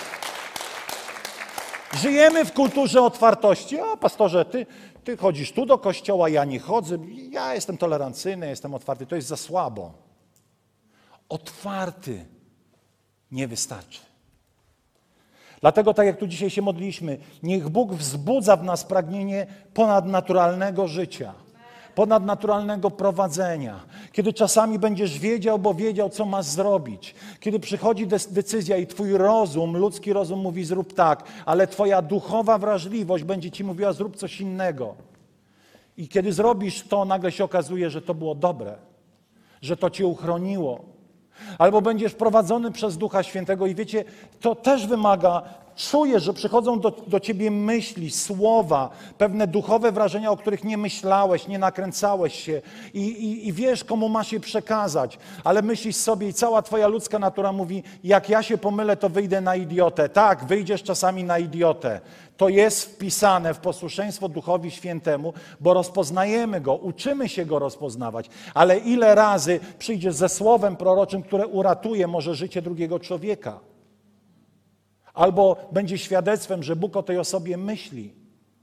Żyjemy w kulturze otwartości. A pastorze, ty, ty chodzisz tu do kościoła, ja nie chodzę. Ja jestem tolerancyjny, jestem otwarty. To jest za słabo. Otwarty nie wystarczy. Dlatego, tak jak tu dzisiaj się modliliśmy, niech Bóg wzbudza w nas pragnienie ponadnaturalnego życia, ponadnaturalnego prowadzenia. Kiedy czasami będziesz wiedział, bo wiedział, co masz zrobić. Kiedy przychodzi decyzja i twój rozum, ludzki rozum mówi zrób tak, ale twoja duchowa wrażliwość będzie ci mówiła zrób coś innego. I kiedy zrobisz to, nagle się okazuje, że to było dobre, że to cię uchroniło. Albo będziesz prowadzony przez Ducha Świętego i wiecie, to też wymaga, czujesz, że przychodzą do, do ciebie myśli, słowa, pewne duchowe wrażenia, o których nie myślałeś, nie nakręcałeś się i, i, i wiesz, komu masz je przekazać, ale myślisz sobie i cała twoja ludzka natura mówi, jak ja się pomylę, to wyjdę na idiotę. Tak, wyjdziesz czasami na idiotę. To jest wpisane w posłuszeństwo Duchowi Świętemu, bo rozpoznajemy Go, uczymy się Go rozpoznawać. Ale ile razy przyjdzie ze słowem proroczym, które uratuje może życie drugiego człowieka? Albo będzie świadectwem, że Bóg o tej osobie myśli.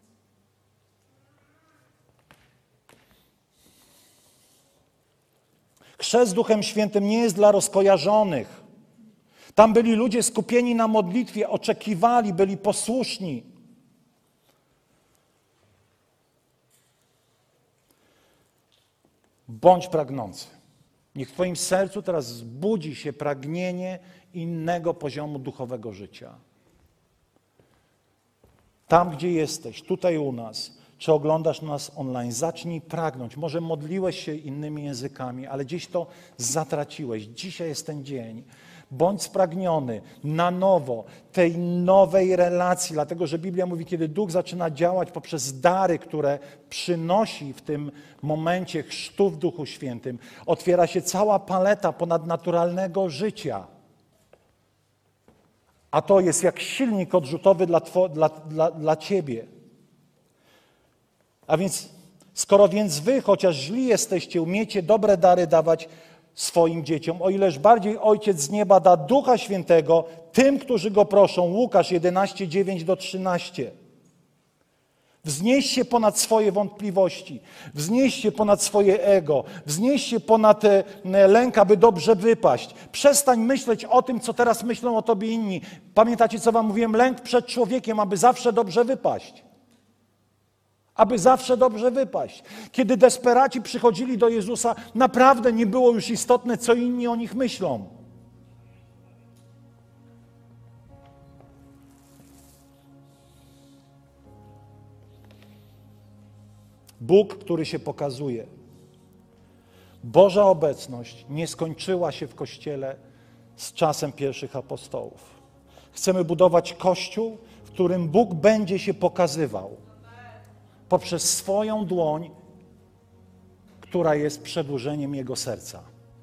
Chrzest Duchem Świętym nie jest dla rozkojarzonych. Tam byli ludzie skupieni na modlitwie, oczekiwali, byli posłuszni. Bądź pragnący. Niech w twoim sercu teraz zbudzi się pragnienie innego poziomu duchowego życia. Tam, gdzie jesteś, tutaj u nas, czy oglądasz nas online, zacznij pragnąć. Może modliłeś się innymi językami, ale gdzieś to zatraciłeś. Dzisiaj jest ten dzień. Bądź spragniony na nowo tej nowej relacji, dlatego że Biblia mówi, kiedy Duch zaczyna działać poprzez dary, które przynosi w tym momencie chrztu w Duchu Świętym, otwiera się cała paleta ponadnaturalnego życia. A to jest jak silnik odrzutowy dla, two, dla, dla, dla ciebie. A więc, skoro więc wy, chociaż źli jesteście, umiecie dobre dary dawać swoim dzieciom, o ileż bardziej Ojciec z nieba da Ducha Świętego tym, którzy Go proszą. Łukasz jedenaście, dziewięć do trzynastu. Wznieś się ponad swoje wątpliwości, wznieś się ponad swoje ego, wznieś się ponad e, lęk, aby dobrze wypaść. Przestań myśleć o tym, co teraz myślą o tobie inni. Pamiętacie, co wam mówiłem? Lęk przed człowiekiem, aby zawsze dobrze wypaść. Aby zawsze dobrze wypaść. Kiedy desperaci przychodzili do Jezusa, naprawdę nie było już istotne, co inni o nich myślą. Bóg, który się pokazuje. Boża obecność nie skończyła się w Kościele z czasem pierwszych apostołów. Chcemy budować Kościół, w którym Bóg będzie się pokazywał poprzez swoją dłoń, która jest przedłużeniem Jego serca,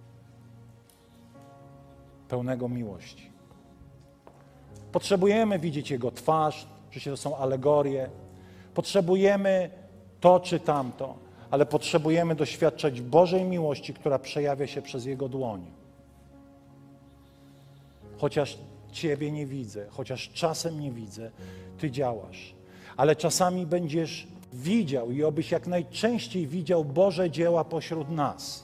pełnego miłości. Potrzebujemy widzieć Jego twarz, oczywiście to są alegorie. Potrzebujemy to czy tamto, ale potrzebujemy doświadczać Bożej miłości, która przejawia się przez Jego dłoń. Chociaż Ciebie nie widzę, chociaż czasem nie widzę, Ty działasz. Ale czasami będziesz widział i obyś jak najczęściej widział Boże dzieła pośród nas.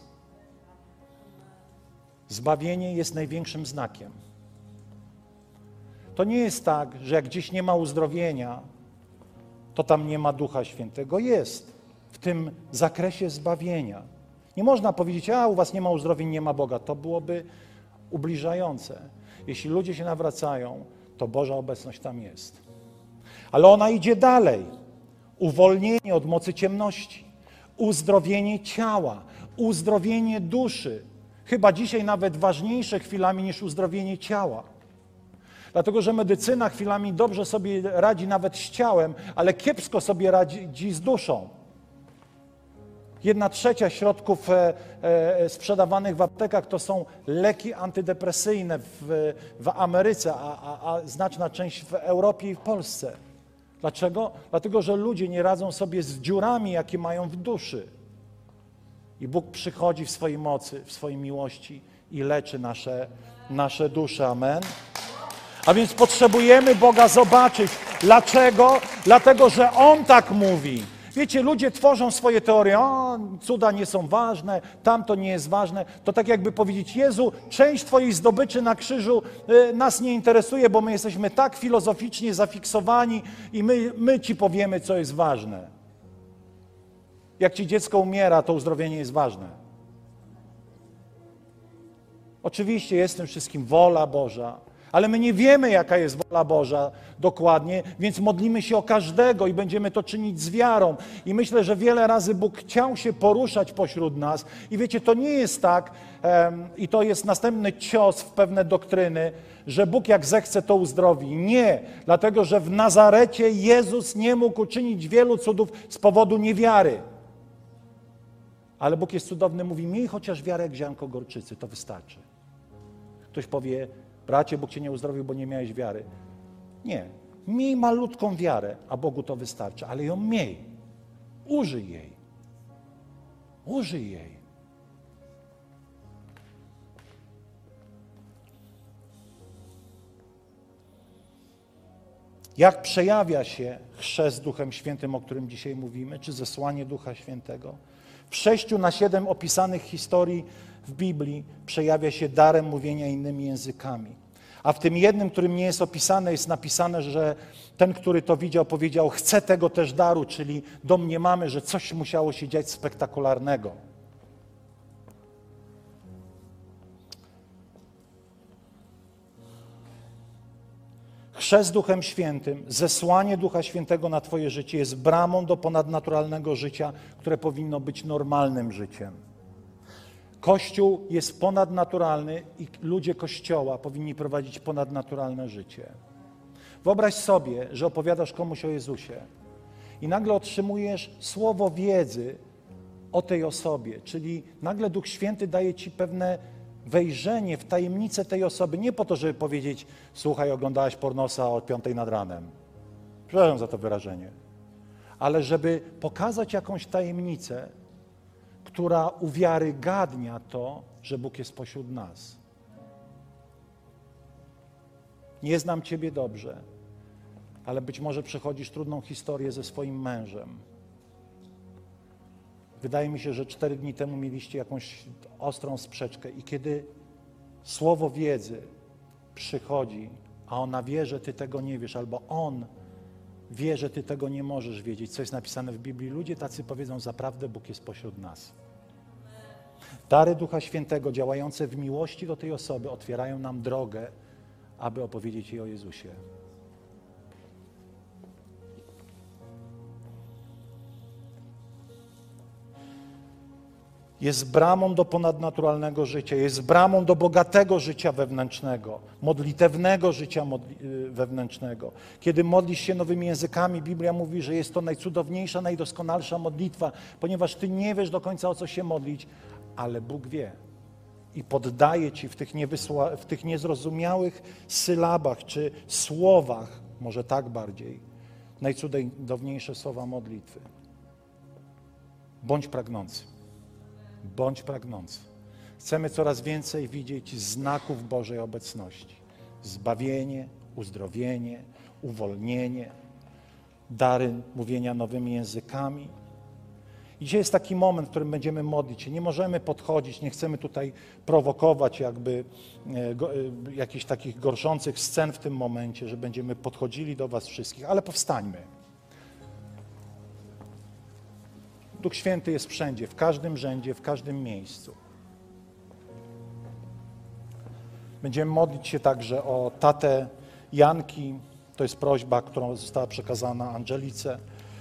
Zbawienie jest największym znakiem. To nie jest tak, że jak gdzieś nie ma uzdrowienia, to tam nie ma Ducha Świętego. Jest w tym zakresie zbawienia. Nie można powiedzieć, a u was nie ma uzdrowień, nie ma Boga. To byłoby ubliżające. Jeśli ludzie się nawracają, to Boża obecność tam jest. Ale ona idzie dalej. Uwolnienie od mocy ciemności, uzdrowienie ciała, uzdrowienie duszy. Chyba dzisiaj nawet ważniejsze chwilami niż uzdrowienie ciała. Dlatego, że medycyna chwilami dobrze sobie radzi nawet z ciałem, ale kiepsko sobie radzi z duszą. Jedna trzecia środków e, e, sprzedawanych w aptekach to są leki antydepresyjne w, w Ameryce, a, a, a znaczna część w Europie i w Polsce. Dlaczego? Dlatego, że ludzie nie radzą sobie z dziurami, jakie mają w duszy. I Bóg przychodzi w swojej mocy, w swojej miłości i leczy nasze, nasze dusze. Amen. A więc potrzebujemy Boga zobaczyć. Dlaczego? Dlatego, że On tak mówi. Wiecie, ludzie tworzą swoje teorie, o, cuda nie są ważne, tamto nie jest ważne. To tak jakby powiedzieć, Jezu, część Twojej zdobyczy na krzyżu y, nas nie interesuje, bo my jesteśmy tak filozoficznie zafiksowani i my, my Ci powiemy, co jest ważne. Jak Ci dziecko umiera, to uzdrowienie jest ważne. Oczywiście jest w tym wszystkim wola Boża, ale my nie wiemy, jaka jest wola Boża dokładnie, więc modlimy się o każdego i będziemy to czynić z wiarą. I myślę, że wiele razy Bóg chciał się poruszać pośród nas. I wiecie, to nie jest tak, um, i to jest następny cios w pewne doktryny, że Bóg jak zechce, to uzdrowi. Nie, dlatego że w Nazarecie Jezus nie mógł uczynić wielu cudów z powodu niewiary. Ale Bóg jest cudowny, mówi, miej chociaż wiarę jak ziarnko gorczycy, to wystarczy. Ktoś powie, bracie, Bóg Cię nie uzdrowił, bo nie miałeś wiary. Nie. Miej malutką wiarę, a Bogu to wystarczy, ale ją miej. Użyj jej. Użyj jej. Jak przejawia się chrzest Duchem Świętym, o którym dzisiaj mówimy, czy zesłanie Ducha Świętego? W sześciu na siedem opisanych historii w Biblii przejawia się darem mówienia innymi językami. A w tym jednym, którym nie jest opisane, jest napisane, że ten, który to widział, powiedział, chcę tego też daru, czyli domniemamy, że coś musiało się dziać spektakularnego. Chrzest Duchem Świętym, zesłanie Ducha Świętego na Twoje życie jest bramą do ponadnaturalnego życia, które powinno być normalnym życiem. Kościół jest ponadnaturalny i ludzie Kościoła powinni prowadzić ponadnaturalne życie. Wyobraź sobie, że opowiadasz komuś o Jezusie i nagle otrzymujesz słowo wiedzy o tej osobie, czyli nagle Duch Święty daje Ci pewne wejrzenie w tajemnicę tej osoby, nie po to, żeby powiedzieć, słuchaj, oglądałeś pornosa o piątej nad ranem. Przepraszam za to wyrażenie. Ale żeby pokazać jakąś tajemnicę, która uwiarygadnia to, że Bóg jest pośród nas. Nie znam Ciebie dobrze, ale być może przechodzisz trudną historię ze swoim mężem. Wydaje mi się, że cztery dni temu mieliście jakąś ostrą sprzeczkę i kiedy słowo wiedzy przychodzi, a ona wie, że ty tego nie wiesz, albo on wie, że ty tego nie możesz wiedzieć, co jest napisane w Biblii, ludzie tacy powiedzą, zaprawdę Bóg jest pośród nas. Dary Ducha Świętego działające w miłości do tej osoby otwierają nam drogę, aby opowiedzieć jej o Jezusie. Jest bramą do ponadnaturalnego życia, jest bramą do bogatego życia wewnętrznego, modlitewnego życia modli wewnętrznego. Kiedy modlisz się nowymi językami, Biblia mówi, że jest to najcudowniejsza, najdoskonalsza modlitwa, ponieważ ty nie wiesz do końca, o co się modlić, ale Bóg wie i poddaje ci w tych, niewysła, w tych niezrozumiałych sylabach czy słowach, może tak bardziej, najcudowniejsze słowa modlitwy. Bądź pragnący. Bądź pragnący. Chcemy coraz więcej widzieć znaków Bożej obecności. Zbawienie, uzdrowienie, uwolnienie, dary mówienia nowymi językami. I dzisiaj jest taki moment, w którym będziemy modlić się. Nie możemy podchodzić, nie chcemy tutaj prowokować jakby e, go, e, jakichś takich gorszących scen w tym momencie, że będziemy podchodzili do was wszystkich, ale powstańmy. Duch Święty jest wszędzie, w każdym rzędzie, w każdym miejscu. Będziemy modlić się także o tatę Janki. To jest prośba, która została przekazana Angelice,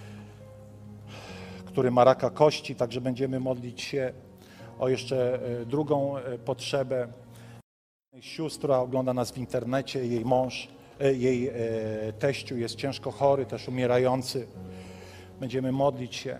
który ma raka kości, także będziemy modlić się o jeszcze drugą potrzebę. Sióstr, która ogląda nas w internecie, jej mąż, jej teściu jest ciężko chory, też umierający. Będziemy modlić się.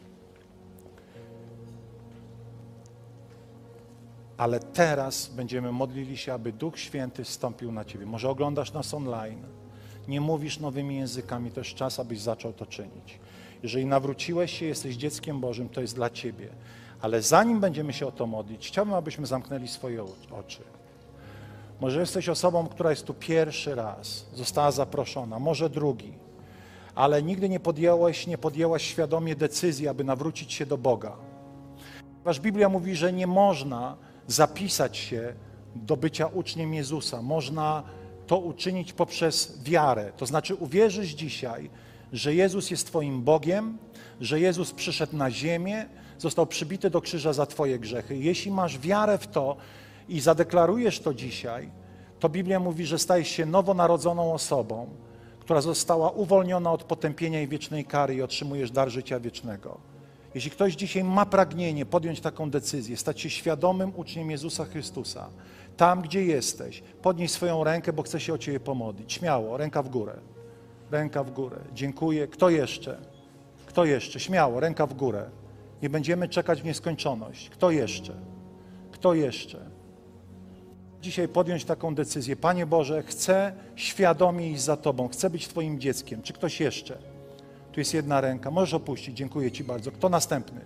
Ale teraz będziemy modlili się, aby Duch Święty zstąpił na ciebie. Może oglądasz nas online, nie mówisz nowymi językami, to jest czas, abyś zaczął to czynić. Jeżeli nawróciłeś się, jesteś dzieckiem Bożym, to jest dla ciebie. Ale zanim będziemy się o to modlić, chciałbym, abyśmy zamknęli swoje oczy. Może jesteś osobą, która jest tu pierwszy raz, została zaproszona, może drugi, ale nigdy nie podjęłeś, nie podjęłaś świadomie decyzji, aby nawrócić się do Boga. Ponieważ Biblia mówi, że nie można zapisać się do bycia uczniem Jezusa. Można to uczynić poprzez wiarę. To znaczy uwierzysz dzisiaj, że Jezus jest twoim Bogiem, że Jezus przyszedł na ziemię, został przybity do krzyża za twoje grzechy. Jeśli masz wiarę w to i zadeklarujesz to dzisiaj, to Biblia mówi, że stajesz się nowonarodzoną osobą, która została uwolniona od potępienia i wiecznej kary i otrzymujesz dar życia wiecznego. Jeśli ktoś dzisiaj ma pragnienie podjąć taką decyzję, stać się świadomym uczniem Jezusa Chrystusa, tam gdzie jesteś, podnieś swoją rękę, bo chcę się o ciebie pomodlić. Śmiało, ręka w górę. Ręka w górę. Dziękuję. Kto jeszcze? Kto jeszcze? Śmiało, ręka w górę. Nie będziemy czekać w nieskończoność. Kto jeszcze? Kto jeszcze? Dzisiaj podjąć taką decyzję. Panie Boże, chcę świadomie iść za Tobą. Chcę być Twoim dzieckiem. Czy ktoś jeszcze? Tu jest jedna ręka. Możesz opuścić. Dziękuję Ci bardzo. Kto następny?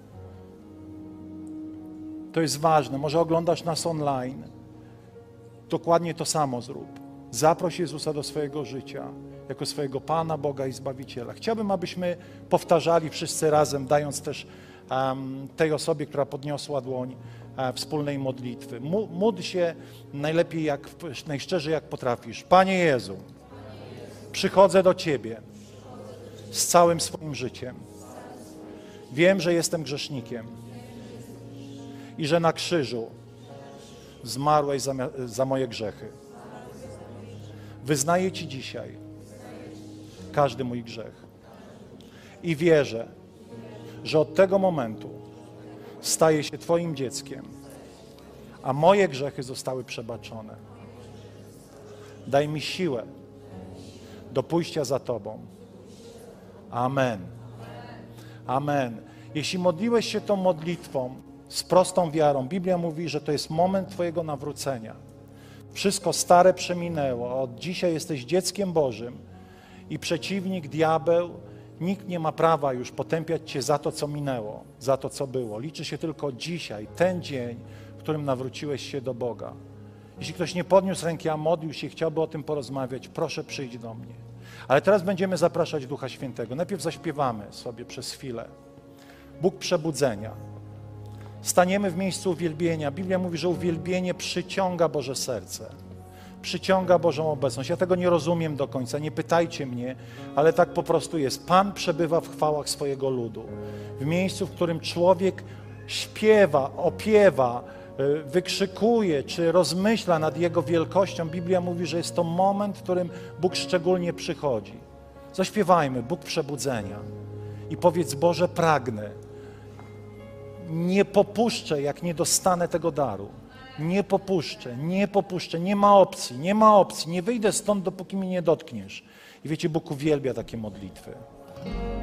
To jest ważne. Może oglądasz nas online. Dokładnie to samo zrób. Zaproś Jezusa do swojego życia jako swojego Pana, Boga i Zbawiciela. Chciałbym, abyśmy powtarzali wszyscy razem, dając też um, tej osobie, która podniosła dłoń, um, wspólnej modlitwy. Módl się najlepiej, jak, najszczerzej jak potrafisz. Panie Jezu, przychodzę do Ciebie z całym swoim życiem. Wiem, że jestem grzesznikiem i że na krzyżu zmarłeś za, za moje grzechy. Wyznaję Ci dzisiaj każdy mój grzech i wierzę, że od tego momentu staję się Twoim dzieckiem, a moje grzechy zostały przebaczone. Daj mi siłę do pójścia za Tobą. Amen. Amen. Jeśli modliłeś się tą modlitwą z prostą wiarą, Biblia mówi, że to jest moment Twojego nawrócenia. Wszystko stare przeminęło, od dzisiaj jesteś dzieckiem Bożym i przeciwnik, diabeł, nikt nie ma prawa już potępiać Cię za to, co minęło, za to, co było. Liczy się tylko dzisiaj, ten dzień, w którym nawróciłeś się do Boga. Jeśli ktoś nie podniósł ręki, a modlił się i chciałby o tym porozmawiać, proszę przyjść do mnie. Ale teraz będziemy zapraszać Ducha Świętego. Najpierw zaśpiewamy sobie przez chwilę. Bóg przebudzenia. Staniemy w miejscu uwielbienia. Biblia mówi, że uwielbienie przyciąga Boże serce. Przyciąga Bożą obecność. Ja tego nie rozumiem do końca, nie pytajcie mnie, ale tak po prostu jest. Pan przebywa w chwałach swojego ludu. W miejscu, w którym człowiek śpiewa, opiewa, wykrzykuje, czy rozmyśla nad Jego wielkością. Biblia mówi, że jest to moment, w którym Bóg szczególnie przychodzi. Zaśpiewajmy Bóg przebudzenia i powiedz: Boże, pragnę. Nie popuszczę, jak nie dostanę tego daru. Nie popuszczę, nie popuszczę, nie ma opcji, nie ma opcji. Nie wyjdę stąd, dopóki mnie nie dotkniesz. I wiecie, Bóg uwielbia takie modlitwy.